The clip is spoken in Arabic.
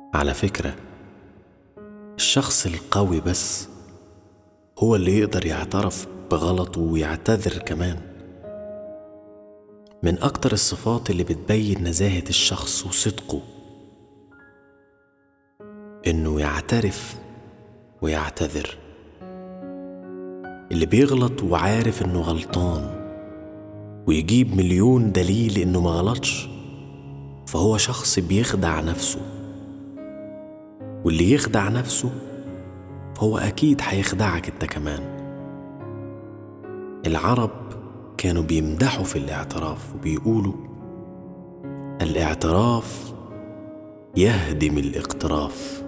على فكرة، الشخص القوي بس هو اللي يقدر يعترف بغلطه ويعتذر كمان. من أكتر الصفات اللي بتبين نزاهة الشخص وصدقه إنه يعترف ويعتذر. اللي بيغلط وعارف إنه غلطان ويجيب مليون دليل إنه ما غلطش، فهو شخص بيخدع نفسه، واللي يخدع نفسه فهو أكيد هيخدعك انت كمان. العرب كانوا بيمدحوا في الاعتراف وبيقولوا: الاعتراف يهدم الاقتراف.